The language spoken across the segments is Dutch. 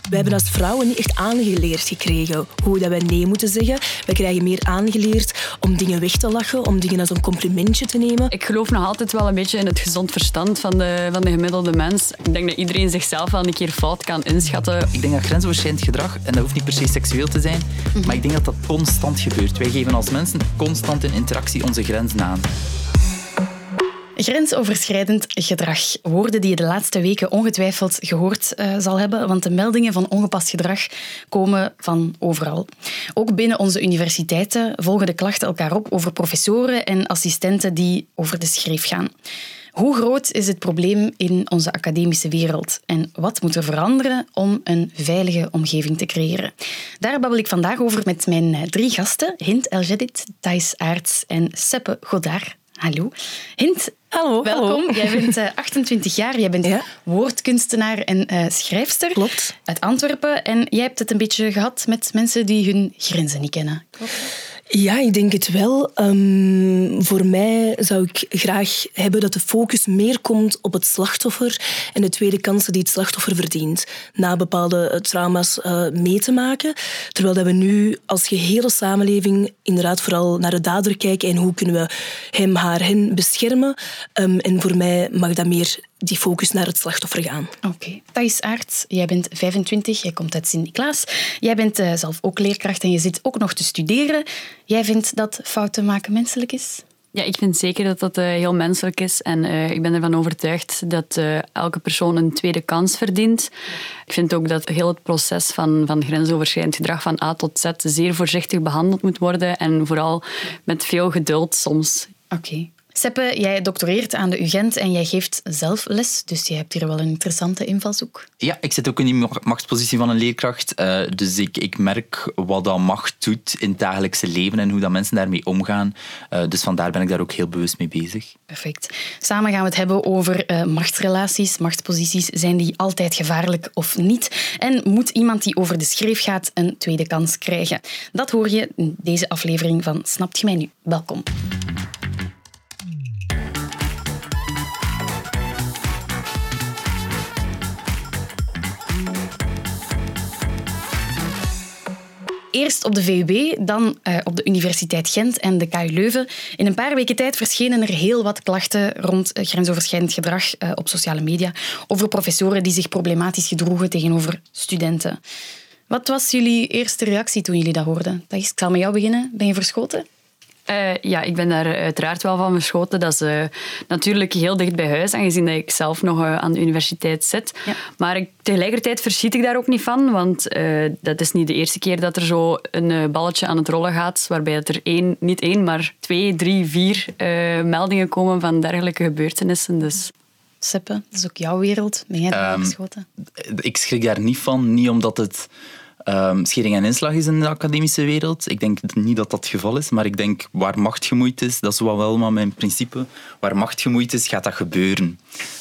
We hebben als vrouwen niet echt aangeleerd gekregen hoe dat wij nee moeten zeggen. We krijgen meer aangeleerd om dingen weg te lachen, om dingen als een complimentje te nemen. Ik geloof nog altijd wel een beetje in het gezond verstand van de gemiddelde mens. Ik denk dat iedereen zichzelf wel een keer fout kan inschatten. Ik denk dat grensoverschrijdend gedrag, en dat hoeft niet per se seksueel te zijn, maar ik denk dat dat constant gebeurt. Wij geven als mensen constant in interactie onze grenzen aan. Grensoverschrijdend gedrag. Woorden die je de laatste weken ongetwijfeld gehoord zal hebben, want de meldingen van ongepast gedrag komen van overal. Ook binnen onze universiteiten volgen de klachten elkaar op over professoren en assistenten die over de schreef gaan. Hoe groot is het probleem in onze academische wereld? En wat moet er veranderen om een veilige omgeving te creëren? Daar babbel ik vandaag over met mijn 3 gasten. Hint El Jedid, Thijs Aerts en Seppe Godard. Hallo. Hint, Hallo. welkom. Hallo. Jij bent 28 jaar, jij bent woordkunstenaar en schrijfster. Klopt. Uit Antwerpen. En jij hebt het een beetje gehad met mensen die hun grenzen niet kennen. Klopt. Ja, ik denk het wel. Voor mij zou ik graag hebben dat de focus meer komt op het slachtoffer en de tweede kansen die het slachtoffer verdient. Na bepaalde trauma's mee te maken. Terwijl dat we nu als gehele samenleving inderdaad vooral naar de dader kijken en hoe kunnen we hem, haar, hen beschermen. En voor mij mag dat meer die focus naar het slachtoffer gaan. Oké. Thijs Aerts, jij bent 25, jij komt uit Sint-Niklaas. Jij bent zelf ook leerkracht en je zit ook nog te studeren. Jij vindt dat fouten maken menselijk is? Ja, ik vind zeker dat dat heel menselijk is. En ik ben ervan overtuigd dat elke persoon een tweede kans verdient. Ik vind ook dat heel het proces van grensoverschrijdend gedrag van A tot Z zeer voorzichtig behandeld moet worden. En vooral met veel geduld soms. Oké. Seppe, jij doctoreert aan de UGent en jij geeft zelf les, dus je hebt hier wel een interessante invalshoek. Ja, ik zit ook in die machtspositie van een leerkracht. Dus ik merk wat dat macht doet in het dagelijkse leven en hoe dat mensen daarmee omgaan. Dus vandaar ben ik daar ook heel bewust mee bezig. Perfect. Samen gaan we het hebben over machtsrelaties, machtsposities. Zijn die altijd gevaarlijk of niet? En moet iemand die over de schreef gaat een tweede kans krijgen? Dat hoor je in deze aflevering van Snapt je mij nu? Welkom. Eerst op de VUB, dan op de Universiteit Gent en de KU Leuven. In een paar weken tijd verschenen er heel wat klachten rond grensoverschrijdend gedrag op sociale media over professoren die zich problematisch gedroegen tegenover studenten. Wat was jullie eerste reactie toen jullie dat hoorden? Thijs, ik zal met jou beginnen. Ben je verschoten? Ja, ik ben daar uiteraard wel van verschoten. Dat is natuurlijk heel dicht bij huis, aangezien dat ik zelf nog aan de universiteit zit. Ja. Maar tegelijkertijd verschiet ik daar ook niet van, want dat is niet de eerste keer dat er zo een balletje aan het rollen gaat, waarbij er niet één, maar 2, 3, 4 meldingen komen van dergelijke gebeurtenissen. Dus. Seppe, dat is ook jouw wereld. Ben jij daar verschoten? Ik schrik daar niet van, niet omdat het schering en inslag is in de academische wereld. Ik denk niet dat dat het geval is, maar ik denk waar macht gemoeid is, dat is wel mijn principe, waar macht gemoeid is, gaat dat gebeuren.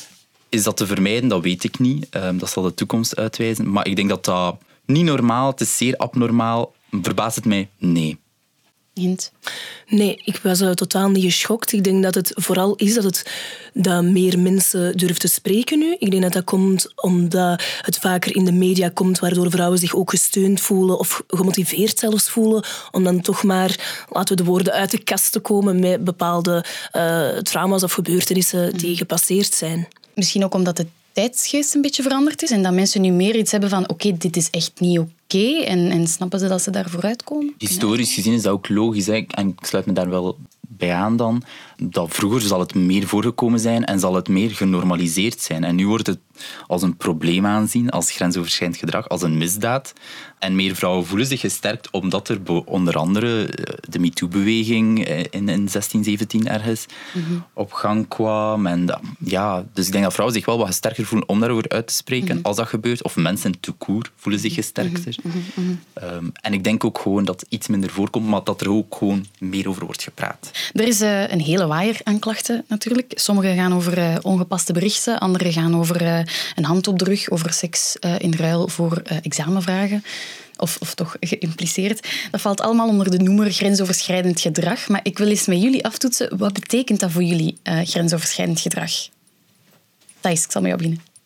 Is dat te vermijden? Dat weet ik niet. Dat zal de toekomst uitwijzen. Maar ik denk dat dat niet normaal, het is zeer abnormaal. Verbaast het mij? Nee. Hint. Nee, ik was totaal niet geschokt. Ik denk dat het vooral is dat meer mensen durven te spreken nu. Ik denk dat dat komt omdat het vaker in de media komt, waardoor vrouwen zich ook gesteund voelen of gemotiveerd zelfs voelen om dan toch maar, laten we de woorden, uit de kast te komen met bepaalde trauma's of gebeurtenissen die gepasseerd zijn. Misschien ook omdat de tijdsgeest een beetje veranderd is en dat mensen nu meer iets hebben van oké, dit is echt niet oké en snappen ze dat ze daar vooruit komen? Historisch gezien is dat ook logisch. Hè? En ik sluit me daar wel bij aan dan. Dat vroeger zal het meer voorgekomen zijn en zal het meer genormaliseerd zijn. En nu wordt het als een probleem aanzien, als grensoverschrijdend gedrag, als een misdaad. En meer vrouwen voelen zich gesterkt omdat er onder andere de MeToo-beweging in 16, 17 ergens op gang kwam. En dus ik denk dat vrouwen zich wel wat sterker voelen om daarover uit te spreken als dat gebeurt. Of mensen tout court voelen zich gesterkter. En ik denk ook gewoon dat het iets minder voorkomt, maar dat er ook gewoon meer over wordt gepraat. Er is een hele waaier aan klachten natuurlijk. Sommige gaan over ongepaste berichten, andere gaan over een hand op de rug, over seks in ruil voor examenvragen. Of toch geïmpliceerd. Dat valt allemaal onder de noemer grensoverschrijdend gedrag. Maar ik wil eens met jullie aftoetsen. Wat betekent dat voor jullie, grensoverschrijdend gedrag? Thijs, ik zal met jou beginnen.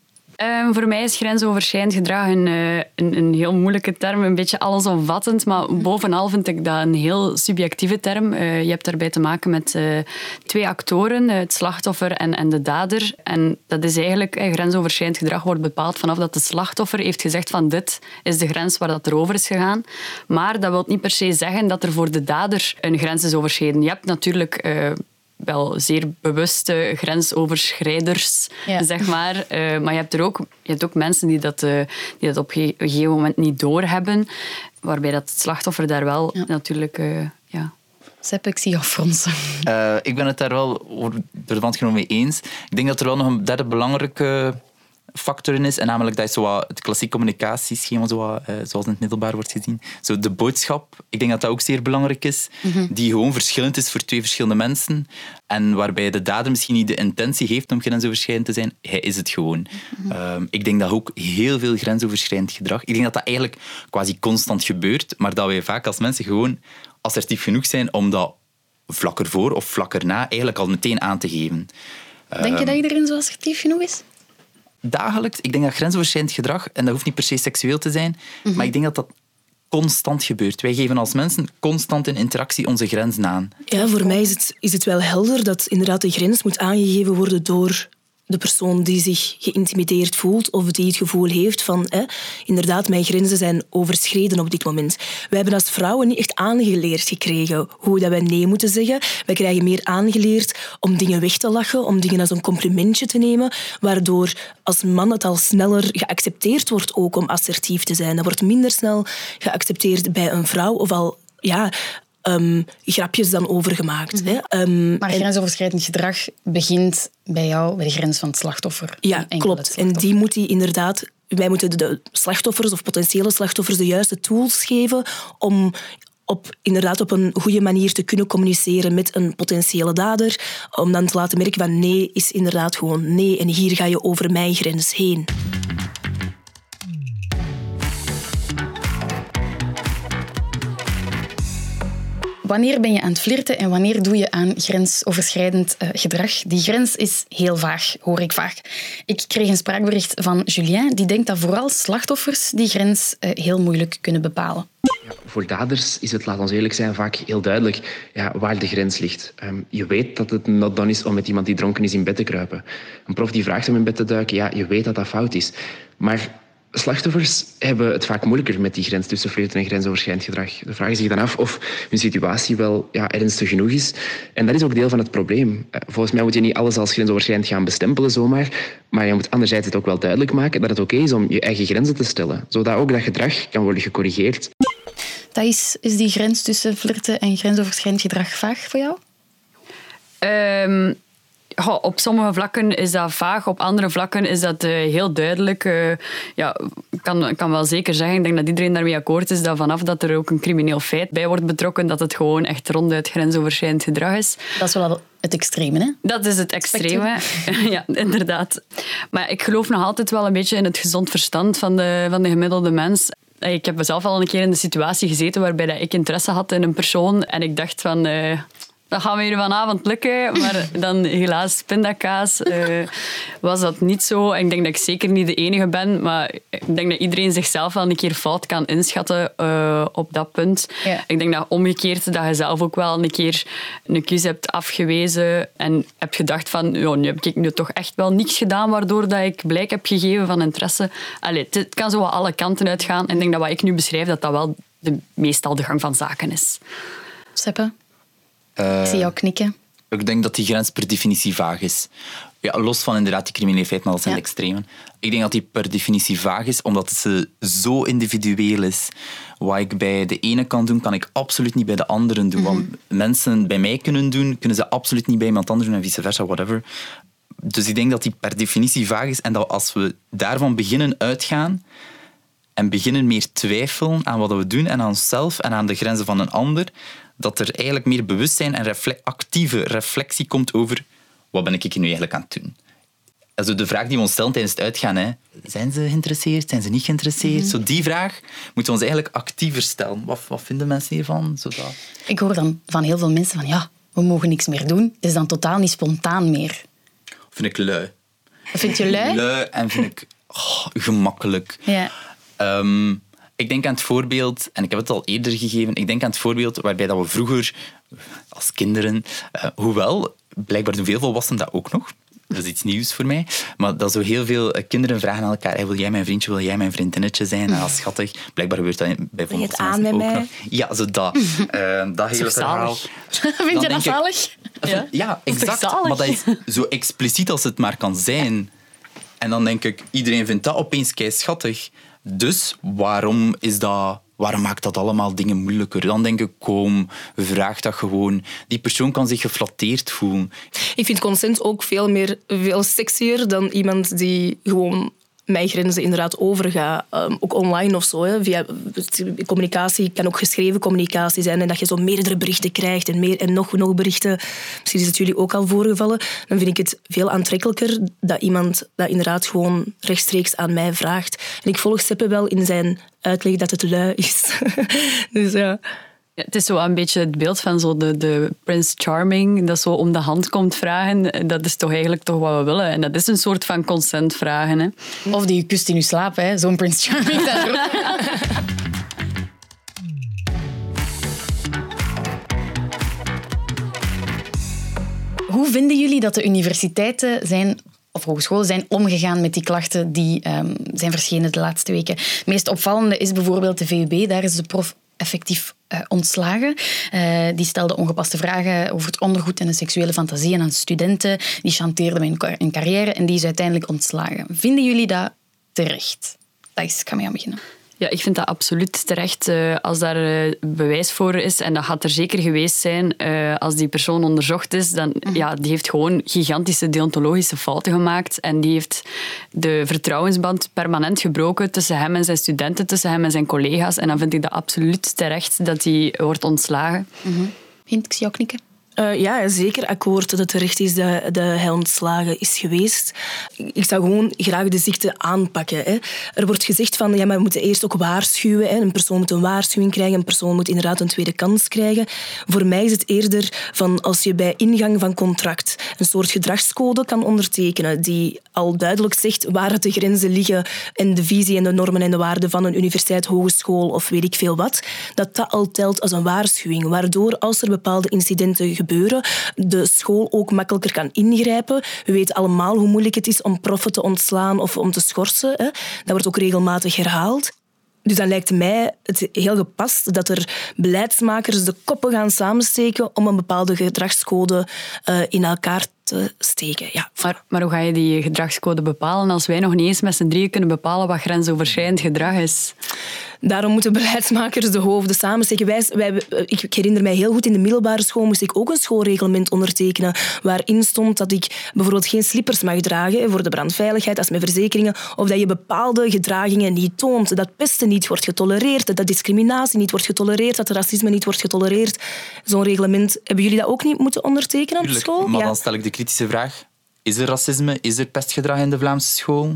Voor mij is grensoverschrijdend gedrag een heel moeilijke term, een beetje allesomvattend, maar bovenal vind ik dat een heel subjectieve term. Je hebt daarbij te maken met 2 actoren, het slachtoffer en de dader. En dat is eigenlijk, grensoverschrijdend gedrag wordt bepaald vanaf dat de slachtoffer heeft gezegd van dit is de grens waar dat erover is gegaan. Maar dat wil niet per se zeggen dat er voor de dader een grens is overschreden. Je hebt natuurlijk wel zeer bewuste grensoverschrijders, zeg maar. Maar je hebt ook mensen die dat op een gegeven moment niet doorhebben, waarbij dat het slachtoffer daar wel natuurlijk... Sepp, ik zie jou fronsen. Ik ben het daar wel door de band genomen mee eens. Ik denk dat er wel nog een derde belangrijke factor in is, en namelijk dat is zo het klassiek communicatieschema, zoals in het middelbaar wordt gezien. Zo de boodschap, ik denk dat dat ook zeer belangrijk is, die gewoon verschillend is voor 2 verschillende mensen en waarbij de dader misschien niet de intentie heeft om grensoverschrijdend te zijn, hij is het gewoon. Ik denk dat ook heel veel grensoverschrijdend gedrag, ik denk dat dat eigenlijk quasi constant gebeurt, maar dat wij vaak als mensen gewoon assertief genoeg zijn om dat vlak ervoor of vlak erna eigenlijk al meteen aan te geven. Denk je dat iedereen zo assertief genoeg is? Dagelijks. Ik denk dat grensoverschrijdend gedrag, en dat hoeft niet per se seksueel te zijn, maar ik denk dat dat constant gebeurt. Wij geven als mensen constant in interactie onze grenzen aan. Ja, voor mij is het wel helder dat inderdaad de grens moet aangegeven worden door de persoon die zich geïntimideerd voelt of die het gevoel heeft van inderdaad, mijn grenzen zijn overschreden op dit moment. Wij hebben als vrouwen niet echt aangeleerd gekregen hoe dat wij nee moeten zeggen. Wij krijgen meer aangeleerd om dingen weg te lachen, om dingen als een complimentje te nemen, waardoor als man het al sneller geaccepteerd wordt ook om assertief te zijn. Dat wordt minder snel geaccepteerd bij een vrouw of al... grapjes dan overgemaakt. Maar grensoverschrijdend gedrag begint bij jou bij de grens van het slachtoffer. Ja, klopt. En die moet hij inderdaad... Wij moeten de slachtoffers of potentiële slachtoffers de juiste tools geven om inderdaad op een goede manier te kunnen communiceren met een potentiële dader, om dan te laten merken van nee is inderdaad gewoon nee en hier ga je over mijn grens heen. Wanneer ben je aan het flirten en wanneer doe je aan grensoverschrijdend gedrag? Die grens is heel vaag, hoor ik vaak. Ik kreeg een spraakbericht van Julien, die denkt dat vooral slachtoffers die grens heel moeilijk kunnen bepalen. Ja, voor daders is het, laat ons eerlijk zijn, vaak heel duidelijk waar de grens ligt. Je weet dat het not done is om met iemand die dronken is in bed te kruipen. Een prof die vraagt om in bed te duiken, je weet dat dat fout is. Maar slachtoffers hebben het vaak moeilijker met die grens tussen flirten en grensoverschrijdend gedrag. Ze vragen zich dan af of hun situatie wel ernstig genoeg is. En dat is ook deel van het probleem. Volgens mij moet je niet alles als grensoverschrijdend gaan bestempelen zomaar, maar je moet anderzijds het ook wel duidelijk maken dat het oké is om je eigen grenzen te stellen, zodat ook dat gedrag kan worden gecorrigeerd. Thijs, is die grens tussen flirten en grensoverschrijdend gedrag vaag voor jou? Op sommige vlakken is dat vaag, op andere vlakken is dat heel duidelijk. Ik kan wel zeker zeggen, ik denk dat iedereen daarmee akkoord is, dat vanaf dat er ook een crimineel feit bij wordt betrokken, dat het gewoon echt ronduit grensoverschrijdend gedrag is. Dat is wel het extreme, hè? Dat is het extreme, ja, inderdaad. Maar ik geloof nog altijd wel een beetje in het gezond verstand van de gemiddelde mens. Ik heb mezelf al een keer in de situatie gezeten waarbij ik interesse had in een persoon en ik dacht van... dat gaan we hier vanavond lukken, maar dan helaas pindakaas was dat niet zo. En ik denk dat ik zeker niet de enige ben, maar ik denk dat iedereen zichzelf wel een keer fout kan inschatten op dat punt. Ja. Ik denk dat omgekeerd dat je zelf ook wel een keer een kus hebt afgewezen en hebt gedacht van nu heb ik nu toch echt wel niks gedaan waardoor dat ik blijk heb gegeven van interesse. Allee, het kan zo wat alle kanten uitgaan en ik denk dat wat ik nu beschrijf, dat wel meestal de gang van zaken is. Seppe? Ik zie jou knikken. Ik denk dat die grens per definitie vaag is. Ja, los van inderdaad die criminele feiten, maar dat zijn de extremen. Ik denk dat die per definitie vaag is, omdat ze zo individueel is. Wat ik bij de ene kan doen, kan ik absoluut niet bij de andere doen. Wat mensen bij mij kunnen doen, kunnen ze absoluut niet bij iemand anders doen en vice versa, whatever. Dus ik denk dat die per definitie vaag is en dat als we daarvan beginnen uitgaan en beginnen meer twijfelen aan wat we doen en aan onszelf en aan de grenzen van een ander, dat er eigenlijk meer bewustzijn en actieve reflectie komt over wat ben ik nu eigenlijk aan het doen. Also de vraag die we ons stellen tijdens het uitgaan, zijn ze geïnteresseerd, zijn ze niet geïnteresseerd? Zo die vraag moeten we ons eigenlijk actiever stellen. Wat vinden mensen hiervan? Zodat... Ik hoor dan van heel veel mensen van we mogen niks meer doen. Het is dan totaal niet spontaan meer. Vind ik lui. Vind je lui? Lui en vind ik... gemakkelijk. Ja. Ik denk aan het voorbeeld, en ik heb het al eerder gegeven, ik denk aan het voorbeeld waarbij dat we vroeger, als kinderen, hoewel, blijkbaar doen veel volwassenen dat ook nog, dat is iets nieuws voor mij, maar dat zo heel veel kinderen vragen aan elkaar, hey, wil jij mijn vriendje, wil jij mijn vriendinnetje zijn? Schattig. Blijkbaar gebeurt dat bij volwassen mensen ook nog. Ja, zo dat. Dat hele verhaal. Vind je dat zalig? Ja, exact. Maar dat is zo expliciet als het maar kan zijn. En dan denk ik, iedereen vindt dat opeens kei schattig. Dus waarom maakt dat allemaal dingen moeilijker? Dan denk ik, kom, vraag dat gewoon. Die persoon kan zich geflatteerd voelen. Ik vind consent ook veel sexier dan iemand die gewoon mijn grenzen inderdaad overgaat. Ook online of zo. Hè. Via communicatie kan ook geschreven communicatie zijn. En dat je zo meerdere berichten krijgt en nog berichten. Misschien is het jullie ook al voorgevallen. Dan vind ik het veel aantrekkelijker dat iemand dat inderdaad gewoon rechtstreeks aan mij vraagt. En ik volg Seppe wel in zijn uitleg dat het lui is. Dus ja... Ja, het is zo een beetje het beeld van zo de Prince Charming, dat zo om de hand komt vragen. Dat is toch eigenlijk toch wat we willen. En dat is een soort van consent vragen. Hè. Of die je kust in je slaap, hè. Zo'n Prince Charming. Hoe vinden jullie dat de universiteiten of hogescholen zijn omgegaan met die klachten die zijn verschenen de laatste weken? Het meest opvallende is bijvoorbeeld de VUB. Daar is de prof effectief ontslagen. Die stelde ongepaste vragen over het ondergoed en de seksuele fantasieën aan studenten. Die chanteerde met een carrière en die is uiteindelijk ontslagen. Vinden jullie dat terecht? Thijs, ik ga mee aan beginnen. Ja, ik vind dat absoluut terecht. Als daar bewijs voor is, en dat gaat er zeker geweest zijn, als die persoon onderzocht is, dan die heeft gewoon gigantische deontologische fouten gemaakt en die heeft de vertrouwensband permanent gebroken tussen hem en zijn studenten, tussen hem en zijn collega's. En dan vind ik dat absoluut terecht dat hij wordt ontslagen. Hint, ik zie jou knikken. Ja, zeker akkoord dat het terecht is dat hij ontslagen is geweest. Ik zou gewoon graag de ziekte aanpakken. Hè. Er wordt gezegd van, ja, maar we moeten eerst ook waarschuwen. Hè. Een persoon moet een waarschuwing krijgen, een persoon moet inderdaad een tweede kans krijgen. Voor mij is het eerder van als je bij ingang van contract een soort gedragscode kan ondertekenen die al duidelijk zegt waar de grenzen liggen en de visie en de normen en de waarden van een universiteit, hogeschool of weet ik veel wat, dat al telt als een waarschuwing. Waardoor als er bepaalde incidenten gebeuren, de school ook makkelijker kan ingrijpen. We weten allemaal hoe moeilijk het is om proffen te ontslaan of om te schorsen. Hè. Dat wordt ook regelmatig herhaald. Dus dan lijkt mij het heel gepast dat er beleidsmakers de koppen gaan samensteken om een bepaalde gedragscode in elkaar te steken. Ja. Maar hoe ga je die gedragscode bepalen als wij nog niet eens met z'n drieën kunnen bepalen wat grensoverschrijdend gedrag is? Daarom moeten beleidsmakers de hoofden samensteken. Ik herinner mij heel goed, in de middelbare school moest ik ook een schoolreglement ondertekenen waarin stond dat ik bijvoorbeeld geen slippers mag dragen voor de brandveiligheid, als met verzekeringen, of dat je bepaalde gedragingen niet toont, dat pesten niet wordt getolereerd, dat discriminatie niet wordt getolereerd, dat racisme niet wordt getolereerd. Zo'n reglement, hebben jullie dat ook niet moeten ondertekenen op school? Maar dan stel ik de kritische vraag. Is er racisme, is er pestgedrag in de Vlaamse school?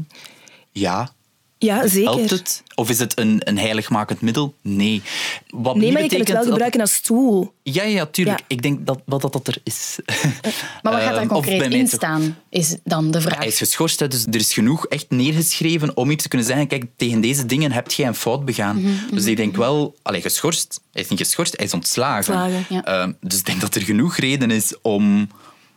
Ja. Ja, zeker. Helpt het? Of is het een heiligmakend middel? Nee. Maar je kan het wel gebruiken als tool. Ja, tuurlijk. Ja. Ik denk dat er is. Maar wat gaat daar concreet in staan, is dan de vraag. Hij is geschorst, dus er is genoeg echt neergeschreven om iets te kunnen zeggen, kijk, tegen deze dingen heb jij een fout begaan. Dus ik denk wel, geschorst. Hij is niet geschorst, hij is ontslagen. Dus ik denk dat er genoeg reden is om...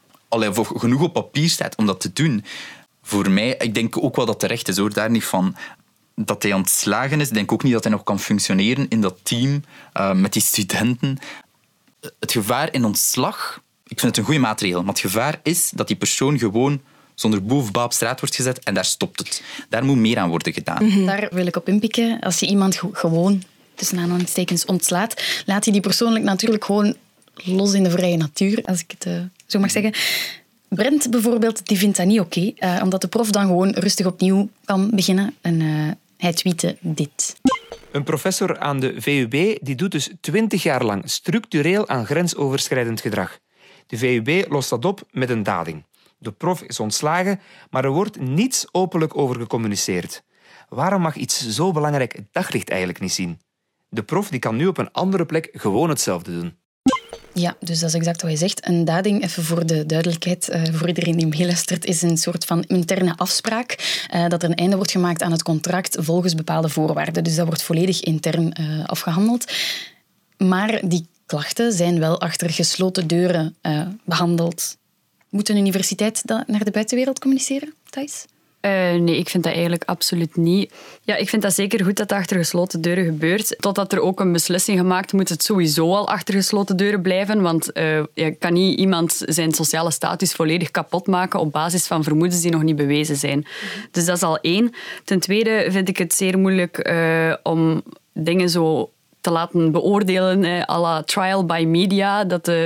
of genoeg op papier staat om dat te doen. Voor mij, ik denk ook wel dat terecht is, hoor, daar niet van. Dat hij ontslagen is, ik denk ook niet dat hij nog kan functioneren in dat team met die studenten. Het gevaar in ontslag, ik vind het een goede maatregel, maar het gevaar is dat die persoon gewoon zonder boe of ba op straat wordt gezet en daar stopt het. Daar moet meer aan worden gedaan. Daar wil ik op inpikken. Als je iemand gewoon, tussen aanhalingstekens, ontslaat, laat je die persoonlijk natuurlijk gewoon los in de vrije natuur, als ik het zo mag zeggen. Brent bijvoorbeeld, die vindt dat niet oké, omdat de prof dan gewoon rustig opnieuw kan beginnen. En hij tweette dit. Een professor aan de VUB die doet dus 20 jaar lang structureel aan grensoverschrijdend gedrag. De VUB lost dat op met een dading. De prof is ontslagen, maar er wordt niets openlijk over gecommuniceerd. Waarom mag iets zo belangrijk het daglicht eigenlijk niet zien? De prof die kan nu op een andere plek gewoon hetzelfde doen. Ja, dus dat is exact wat je zegt. Een dading, even voor de duidelijkheid, voor iedereen die meeluistert, is een soort van interne afspraak dat er een einde wordt gemaakt aan het contract volgens bepaalde voorwaarden. Dus dat wordt volledig intern afgehandeld. Maar die klachten zijn wel achter gesloten deuren behandeld. Moet een universiteit dat naar de buitenwereld communiceren, Thijs? Nee, ik vind dat eigenlijk absoluut niet. Ja, ik vind dat zeker goed dat dat achter gesloten deuren gebeurt. Totdat er ook een beslissing gemaakt moet het sowieso al achter gesloten deuren blijven. Want je kan niet iemand zijn sociale status volledig kapot maken op basis van vermoedens die nog niet bewezen zijn. Dus dat is al 1. Ten tweede vind ik het zeer moeilijk om dingen zo te laten beoordelen à la trial by media.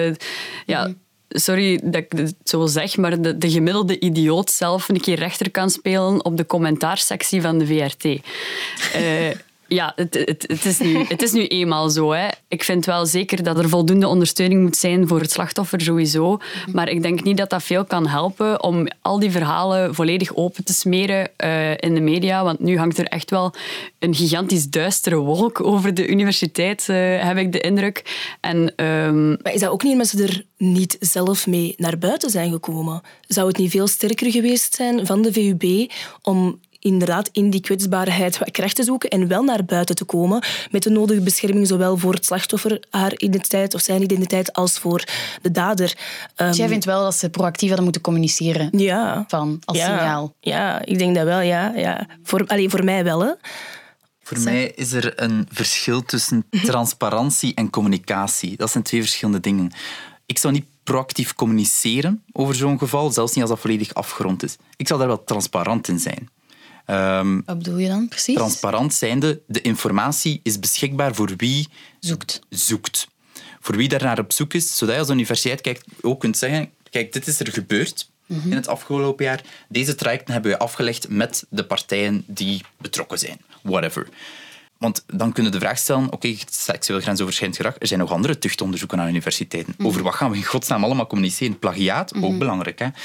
Sorry dat ik het zo zeg, maar de gemiddelde idioot zelf een keer rechter kan spelen op de commentaarsectie van de VRT. Ja, het is nu eenmaal zo. Hè. Ik vind wel zeker dat er voldoende ondersteuning moet zijn voor het slachtoffer sowieso. Maar ik denk niet dat dat veel kan helpen om al die verhalen volledig open te smeren in de media. Want nu hangt er echt wel een gigantisch duistere wolk over de universiteit, heb ik de indruk. Maar is dat ook niet omdat ze er niet zelf mee naar buiten zijn gekomen? Zou het niet veel sterker geweest zijn van de VUB om inderdaad in die kwetsbaarheid wat kracht te zoeken en wel naar buiten te komen met de nodige bescherming, zowel voor het slachtoffer, haar identiteit of zijn identiteit, als voor de dader. Dus jij vindt wel dat ze proactief hadden moeten communiceren als signaal? Ja, ik denk dat wel, ja. Voor mij wel, hè. Voor mij is er een verschil tussen transparantie en communicatie. Dat zijn 2 verschillende dingen. Ik zou niet proactief communiceren over zo'n geval, zelfs niet als dat volledig afgerond is. Ik zou daar wel transparant in zijn. Wat bedoel je dan precies? Transparant zijnde, de informatie is beschikbaar voor wie zoekt. Voor wie daar naar op zoek is, zodat je als universiteit ook kunt zeggen, kijk, dit is er gebeurd in het afgelopen jaar. Deze trajecten hebben we afgelegd met de partijen die betrokken zijn. Whatever. Want dan kunnen de vraag stellen, oké, seksueel grensoverschrijdend gedrag, er zijn nog andere tuchtonderzoeken aan universiteiten. Over wat gaan we in godsnaam allemaal communiceren? Plagiaat, ook belangrijk. Hè?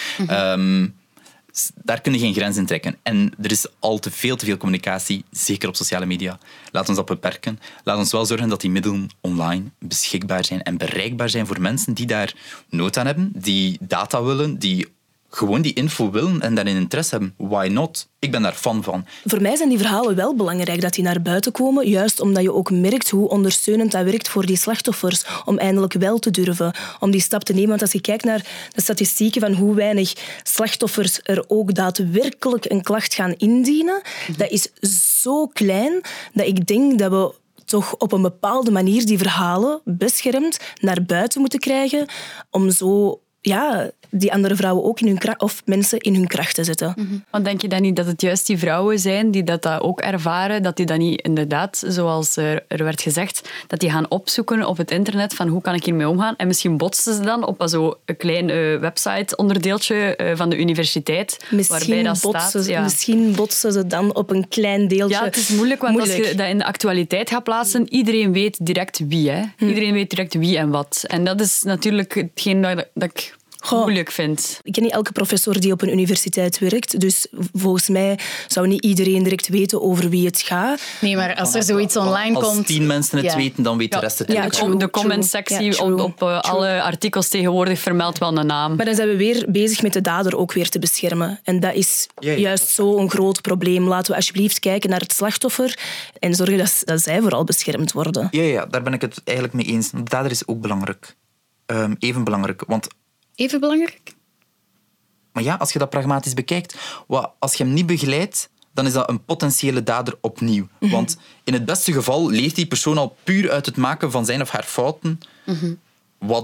Daar kunnen geen grens in trekken. En er is al te veel communicatie, zeker op sociale media. Laat ons dat beperken. Laat ons wel zorgen dat die middelen online beschikbaar zijn en bereikbaar zijn voor mensen die daar nood aan hebben, die data willen, die gewoon die info willen en daarin interesse hebben. Why not? Ik ben daar fan van. Voor mij zijn die verhalen wel belangrijk dat die naar buiten komen, juist omdat je ook merkt hoe ondersteunend dat werkt voor die slachtoffers, om eindelijk wel te durven, om die stap te nemen. Want als je kijkt naar de statistieken van hoe weinig slachtoffers er ook daadwerkelijk een klacht gaan indienen, dat is zo klein dat ik denk dat we toch op een bepaalde manier die verhalen beschermd naar buiten moeten krijgen, om zo die andere vrouwen ook in hun kracht, of mensen in hun kracht te zetten. Want denk je dan niet dat het juist die vrouwen zijn die dat ook ervaren, dat die dat niet inderdaad, zoals er werd gezegd, dat die gaan opzoeken op het internet van hoe kan ik hiermee omgaan? En misschien botsen ze dan op zo'n klein website-onderdeeltje van de universiteit, waarbij dat staat. Ja. Misschien botsen ze dan op een klein deeltje. Ja, het is moeilijk, want als je dat in de actualiteit gaat plaatsen, iedereen weet direct wie. Hè? Iedereen weet direct wie en wat. En dat is natuurlijk hetgeen dat ik moeilijk vind. Ik ken niet elke professor die op een universiteit werkt, dus volgens mij zou niet iedereen direct weten over wie het gaat. Nee, maar als er zoiets online komt... Als 10 mensen het weten, dan weet de rest het ook. De comment-sectie op alle artikels tegenwoordig vermeldt wel een naam. Maar dan zijn we weer bezig met de dader ook weer te beschermen. En dat is juist zo'n groot probleem. Laten we alsjeblieft kijken naar het slachtoffer en zorgen dat zij vooral beschermd worden. Ja, daar ben ik het eigenlijk mee eens. De dader is ook belangrijk. Even belangrijk, want... Even belangrijk? Maar ja, als je dat pragmatisch bekijkt, als je hem niet begeleidt, dan is dat een potentiële dader opnieuw. Want in het beste geval leert die persoon al puur uit het maken van zijn of haar fouten wat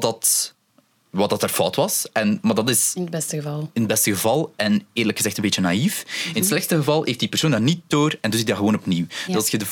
dat er fout was. Maar dat is... In het beste geval. In het beste geval, en eerlijk gezegd een beetje naïef. In het slechtste geval heeft die persoon dat niet door en doet hij dat gewoon opnieuw. Ja. Dus als je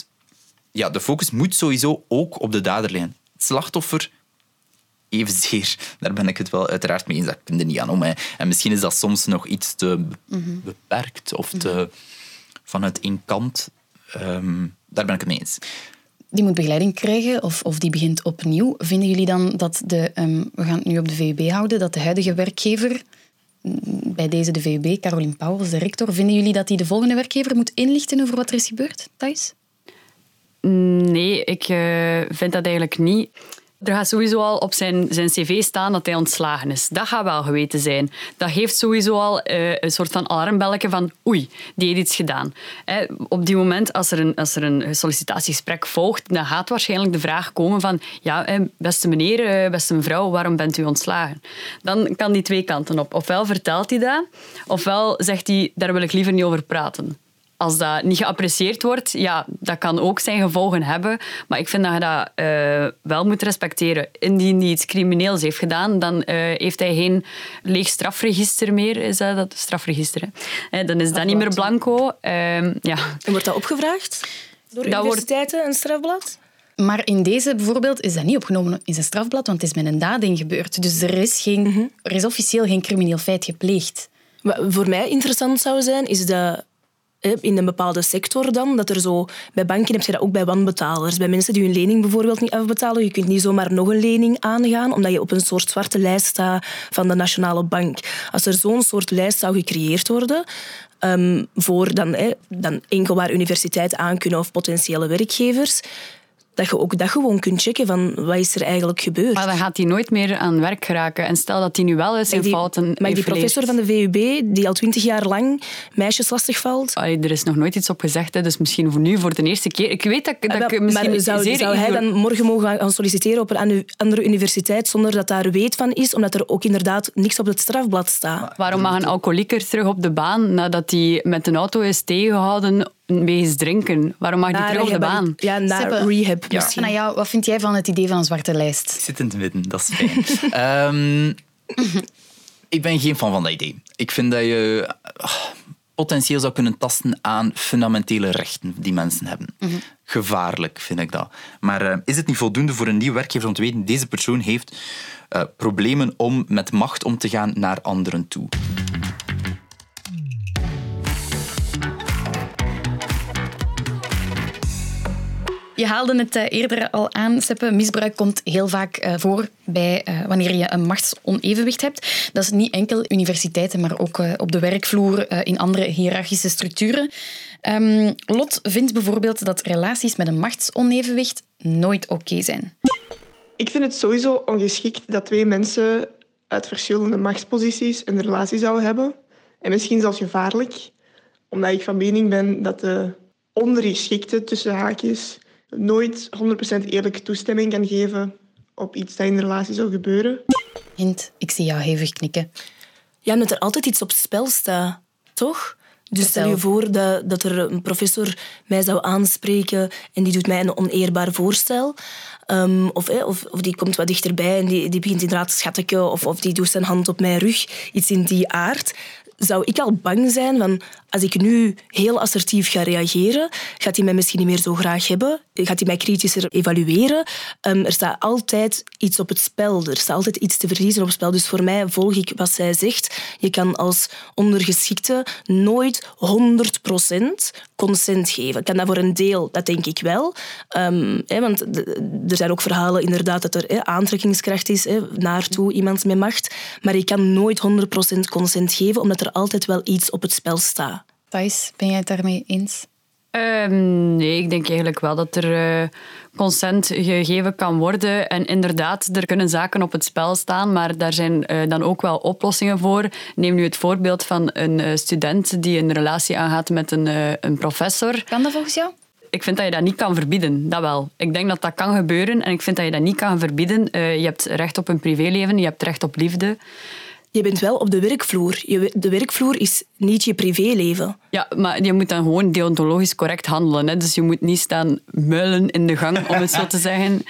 de focus moet sowieso ook op de dader liggen. Het slachtoffer evenzeer. Daar ben ik het wel uiteraard mee eens. Dat kun je niet aan om. Hè. En misschien is dat soms nog iets te beperkt of te vanuit één kant. Daar ben ik het mee eens. Die moet begeleiding krijgen of die begint opnieuw. Vinden jullie dan dat we gaan het nu op de VUB houden, dat de huidige werkgever, bij deze de VUB, Caroline Pauwels, de rector, vinden jullie dat die de volgende werkgever moet inlichten over wat er is gebeurd, Thijs? Nee, ik vind dat eigenlijk niet. Er gaat sowieso al op zijn cv staan dat hij ontslagen is. Dat gaat wel geweten zijn. Dat geeft sowieso al een soort van alarmbelletje van oei, die heeft iets gedaan. Op die moment, als er een sollicitatiegesprek volgt, dan gaat waarschijnlijk de vraag komen van ja, beste meneer, beste mevrouw, waarom bent u ontslagen? Dan kan die twee kanten op. Ofwel vertelt hij dat, ofwel zegt hij, daar wil ik liever niet over praten. Als dat niet geapprecieerd wordt, ja, dat kan ook zijn gevolgen hebben. Maar ik vind dat je dat wel moet respecteren. Indien hij iets crimineels heeft gedaan, dan heeft hij geen leeg strafregister meer. Is dat strafregister? Hè? Dan is dat niet meer blanco. Ja. En wordt dat opgevraagd door universiteiten, een strafblad? Maar in deze bijvoorbeeld is dat niet opgenomen in zijn strafblad, want het is met een dading gebeurd. Dus er is officieel geen crimineel feit gepleegd. Wat voor mij interessant zou zijn, is dat in een bepaalde sector dan, dat er zo... Bij banken heb je dat ook bij wanbetalers. Bij mensen die hun lening bijvoorbeeld niet afbetalen. Je kunt niet zomaar nog een lening aangaan, omdat je op een soort zwarte lijst staat van de Nationale Bank. Als er zo'n soort lijst zou gecreëerd worden, voor dan enkel waar universiteiten aan kunnen of potentiële werkgevers, dat je ook dat gewoon kunt checken van wat is er eigenlijk gebeurd. Maar dan gaat hij nooit meer aan werk geraken. En stel dat hij nu wel eens zijn fouten Maar die professor van de VUB, die al 20 jaar lang meisjes lastigvalt... Er is nog nooit iets op gezegd, hè, dus misschien voor nu, voor de eerste keer. Ik weet dat ik misschien maar zou hij dan morgen mogen gaan solliciteren op een andere universiteit zonder dat daar weet van is, omdat er ook inderdaad niks op het strafblad staat? Waarom mag een alcoholieker terug op de baan nadat hij met een auto is tegengehouden wegens drinken? Waarom mag hij terug op de baan? Ja, naar rehab misschien. Nou ja, wat vind jij van het idee van een zwarte lijst? Ik zit in het midden, dat is fijn. Ik ben geen fan van dat idee. Ik vind dat je potentieel zou kunnen tasten aan fundamentele rechten die mensen hebben. Gevaarlijk, vind ik dat. Maar is het niet voldoende voor een nieuw werkgever om te weten, deze persoon heeft problemen om met macht om te gaan naar anderen toe? Je haalde het eerder al aan, Seppe. Misbruik komt heel vaak voor bij wanneer je een machtsonevenwicht hebt. Dat is niet enkel universiteiten, maar ook op de werkvloer, in andere hiërarchische structuren. Lot vindt bijvoorbeeld dat relaties met een machtsonevenwicht nooit oké zijn. Ik vind het sowieso ongeschikt dat twee mensen uit verschillende machtsposities een relatie zouden hebben. En misschien zelfs gevaarlijk, omdat ik van mening ben dat de ondergeschikte, tussen haakjes, nooit 100% eerlijke toestemming kan geven op iets dat in de relatie zou gebeuren. Hint, ik zie jou hevig knikken. Ja, omdat er altijd iets op het spel staat, toch? Dus stel je voor dat er een professor mij zou aanspreken en die doet mij een oneerbaar voorstel. Of die komt wat dichterbij en die begint inderdaad te schatteken of die doet zijn hand op mijn rug. Iets in die aard. Zou ik al bang zijn van, als ik nu heel assertief ga reageren, gaat hij mij misschien niet meer zo graag hebben? Gaat hij mij kritischer evalueren? Er staat altijd iets op het spel. Er staat altijd iets te verliezen op het spel. Dus voor mij volg ik wat zij zegt. Je kan als ondergeschikte nooit 100% consent geven. Ik kan dat voor een deel, dat denk ik wel. Want er zijn ook verhalen inderdaad dat er aantrekkingskracht is naartoe iemand met macht. Maar je kan nooit 100% consent geven, omdat er altijd wel iets op het spel staat. Thijs, ben jij het daarmee eens? Nee, ik denk eigenlijk wel dat er consent gegeven kan worden. En inderdaad, er kunnen zaken op het spel staan, maar daar zijn dan ook wel oplossingen voor. Neem nu het voorbeeld van een student die een relatie aangaat met een professor. Kan dat volgens jou? Ik vind dat je dat niet kan verbieden, dat wel. Ik denk dat dat kan gebeuren en ik vind dat je dat niet kan verbieden. Je hebt recht op een privéleven, je hebt recht op liefde. Je bent wel op de werkvloer. De werkvloer is niet je privéleven. Ja, maar je moet dan gewoon deontologisch correct handelen. Hè? Dus je moet niet staan muilen in de gang, om het zo te zeggen.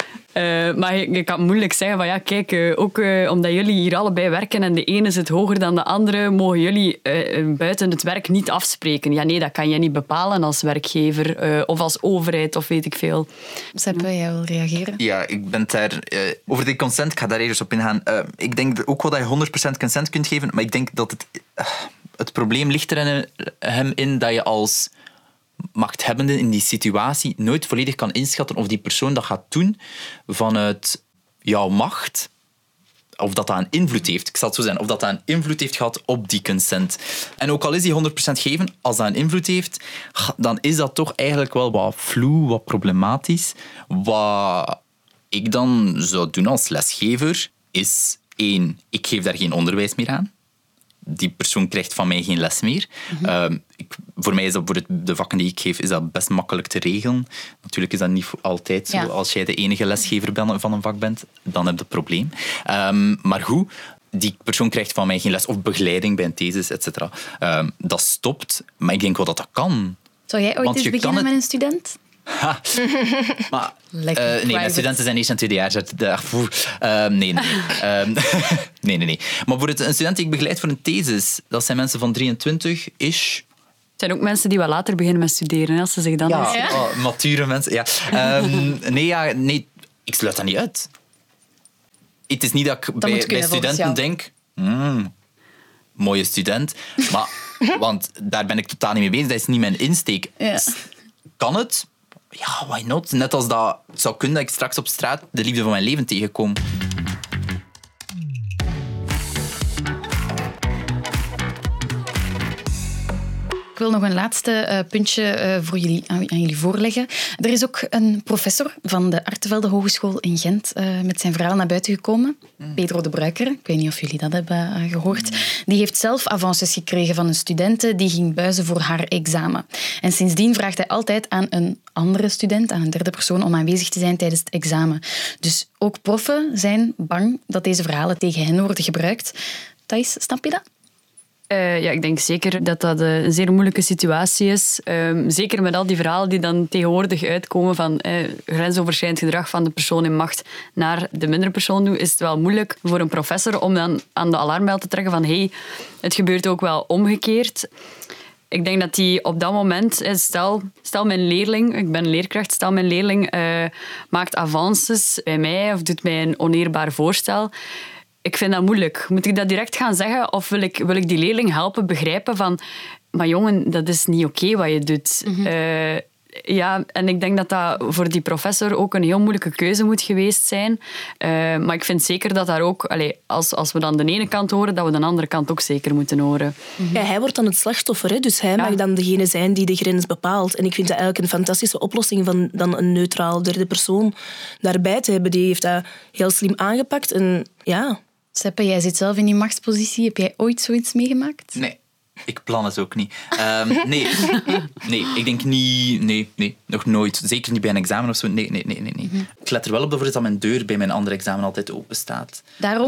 Maar je kan moeilijk zeggen van ja, kijk, ook omdat jullie hier allebei werken en de ene zit hoger dan de andere, mogen jullie buiten het werk niet afspreken. Ja, nee, dat kan je niet bepalen als werkgever of als overheid of weet ik veel. Seppe, jij wil reageren? Ja, ik ben daar... over die consent, ik ga daar eerst op ingaan. Ik denk ook wel dat je 100% consent kunt geven, maar ik denk dat het probleem ligt er hem in dat je als machthebbende in die situatie nooit volledig kan inschatten of die persoon dat gaat doen vanuit jouw macht, of dat een invloed heeft. Ik zal het zo zeggen, of dat een invloed heeft gehad op die consent. En ook al is die 100% gegeven, als dat een invloed heeft, dan is dat toch eigenlijk wel wat vloe, wat problematisch, wat ik dan zou doen als lesgever is 1, ik geef daar geen onderwijs meer aan. Die persoon krijgt van mij geen les meer. Voor mij is dat voor de vakken die ik geef is dat best makkelijk te regelen. Natuurlijk is dat niet altijd zo. Als jij de enige lesgever van een vak bent, dan heb je een probleem. Maar goed, die persoon krijgt van mij geen les of begeleiding bij een thesis, etc. Dat stopt, maar ik denk wel dat dat kan. Zou jij ooit eens beginnen met een student? Maar, nee, mijn studenten zijn eerst en tweedejaars. Nee. Maar voor een student die ik begeleid voor een thesis, dat zijn mensen van 23-ish. Het zijn ook mensen die wel later beginnen met studeren, als ze zich dan... Mature mensen. Ja. Nee, ik sluit dat niet uit. Het is niet dat ik bij studenten denk... mooie student. Maar, want daar ben ik totaal niet mee bezig. Dat is niet mijn insteek. Ja. Kan het? Ja, why not? Net als dat zou kunnen dat ik straks op straat de liefde van mijn leven tegenkom. Ik wil nog een laatste puntje voor jullie, aan jullie voorleggen. Er is ook een professor van de Artevelde Hogeschool in Gent met zijn verhaal naar buiten gekomen. Pedro de Bruiker, ik weet niet of jullie dat hebben gehoord. Die heeft zelf avances gekregen van een studente die ging buizen voor haar examen. En sindsdien vraagt hij altijd aan een andere student, aan een derde persoon, om aanwezig te zijn tijdens het examen. Dus ook proffen zijn bang dat deze verhalen tegen hen worden gebruikt. Thijs, snap je dat? Ja, ik denk zeker dat dat een zeer moeilijke situatie is. Zeker met al die verhalen die dan tegenwoordig uitkomen van grensoverschrijdend gedrag van de persoon in macht naar de mindere persoon toe, is het wel moeilijk voor een professor om dan aan de alarmbel te trekken van hey, het gebeurt ook wel omgekeerd. Ik denk dat die op dat moment, stel mijn leerling, ik ben leerkracht, stel mijn leerling maakt avances bij mij of doet mij een oneerbaar voorstel. Ik vind dat moeilijk. Moet ik dat direct gaan zeggen of wil ik die leerling helpen begrijpen van maar jongen, dat is niet oké wat je doet. En ik denk dat dat voor die professor ook een heel moeilijke keuze moet geweest zijn. Maar ik vind zeker dat daar ook, als we dan de ene kant horen, dat we de andere kant ook zeker moeten horen. Ja, hij wordt dan het slachtoffer, hè? Dus hij mag dan degene zijn die de grens bepaalt. En ik vind dat eigenlijk een fantastische oplossing van dan een neutraal derde persoon daarbij te hebben. Die heeft dat heel slim aangepakt. En ja... Seppe, jij zit zelf in die machtspositie. Heb jij ooit zoiets meegemaakt? Nee, ik plan het ook niet. Nee, ik denk niet... Nee, nog nooit. Zeker niet bij een examen of zo. Nee. Ik let er wel op dat mijn deur bij mijn andere examen altijd open staat. Daarom?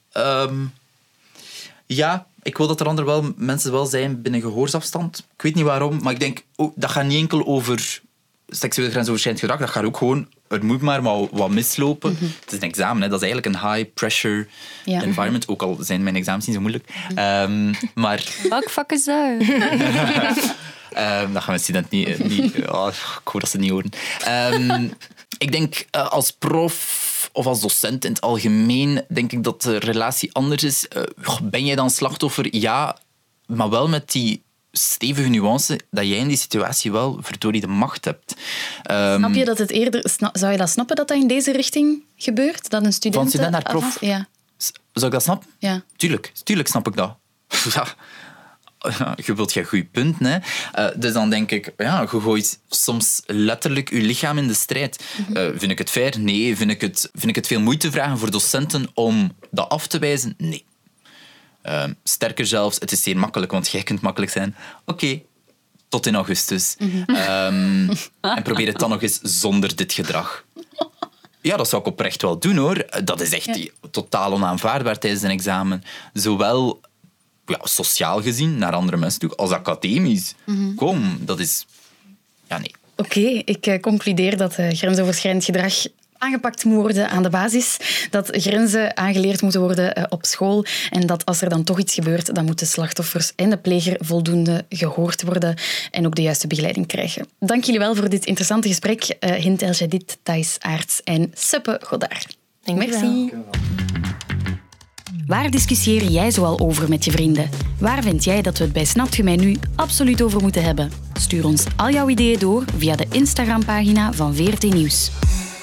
Ja, ik wil dat er andere mensen wel zijn binnen gehoorsafstand. Ik weet niet waarom, maar ik denk... dat gaat niet enkel over seksueel grensoverschrijdend gedrag. Dat gaat ook gewoon... Er moet maar wat mislopen. Het is een examen, hè. Dat is eigenlijk een high-pressure environment. Ook al zijn mijn examens niet zo moeilijk. Maar... Welk vak is dat? Dat gaan mijn studenten niet... ik hoor dat ze het niet horen. Ik denk, als prof of als docent in het algemeen, denk ik dat de relatie anders is. Ben jij dan slachtoffer? Ja, maar wel met die stevige nuance dat jij in die situatie wel verdorie de macht hebt. Snap je dat het eerder... Zou je dat snappen dat in deze richting gebeurt? Dat een student... Van student naar prof? Ja. Zou ik dat snappen? Ja. Tuurlijk snap ik dat. Je wilt geen goed punt, hè. Dus dan denk ik, je gooit soms letterlijk je lichaam in de strijd. Vind ik het fair? Nee. Vind ik het veel moeite vragen voor docenten om dat af te wijzen? Nee. Sterker zelfs, het is zeer makkelijk, want jij kunt makkelijk zijn. Oké, tot in augustus. En probeer het dan nog eens zonder dit gedrag. Ja, dat zou ik oprecht wel doen, hoor. Dat is echt totaal onaanvaardbaar tijdens een examen. Zowel sociaal gezien, naar andere mensen toe, als academisch. Kom, dat is... Ja, nee. Oké, ik concludeer dat grensoverschrijdend gedrag aangepakt moet worden aan de basis, dat grenzen aangeleerd moeten worden op school en dat als er dan toch iets gebeurt, dan moeten slachtoffers en de pleger voldoende gehoord worden en ook de juiste begeleiding krijgen. Dank jullie wel voor dit interessante gesprek. Hint El Jadid, Thijs Aerts en Seppe Godard. Merci. Waar discussieer jij zoal over met je vrienden? Waar vind jij dat we het bij Snapt je mij nu absoluut over moeten hebben? Stuur ons al jouw ideeën door via de Instagram-pagina van VRT Nieuws.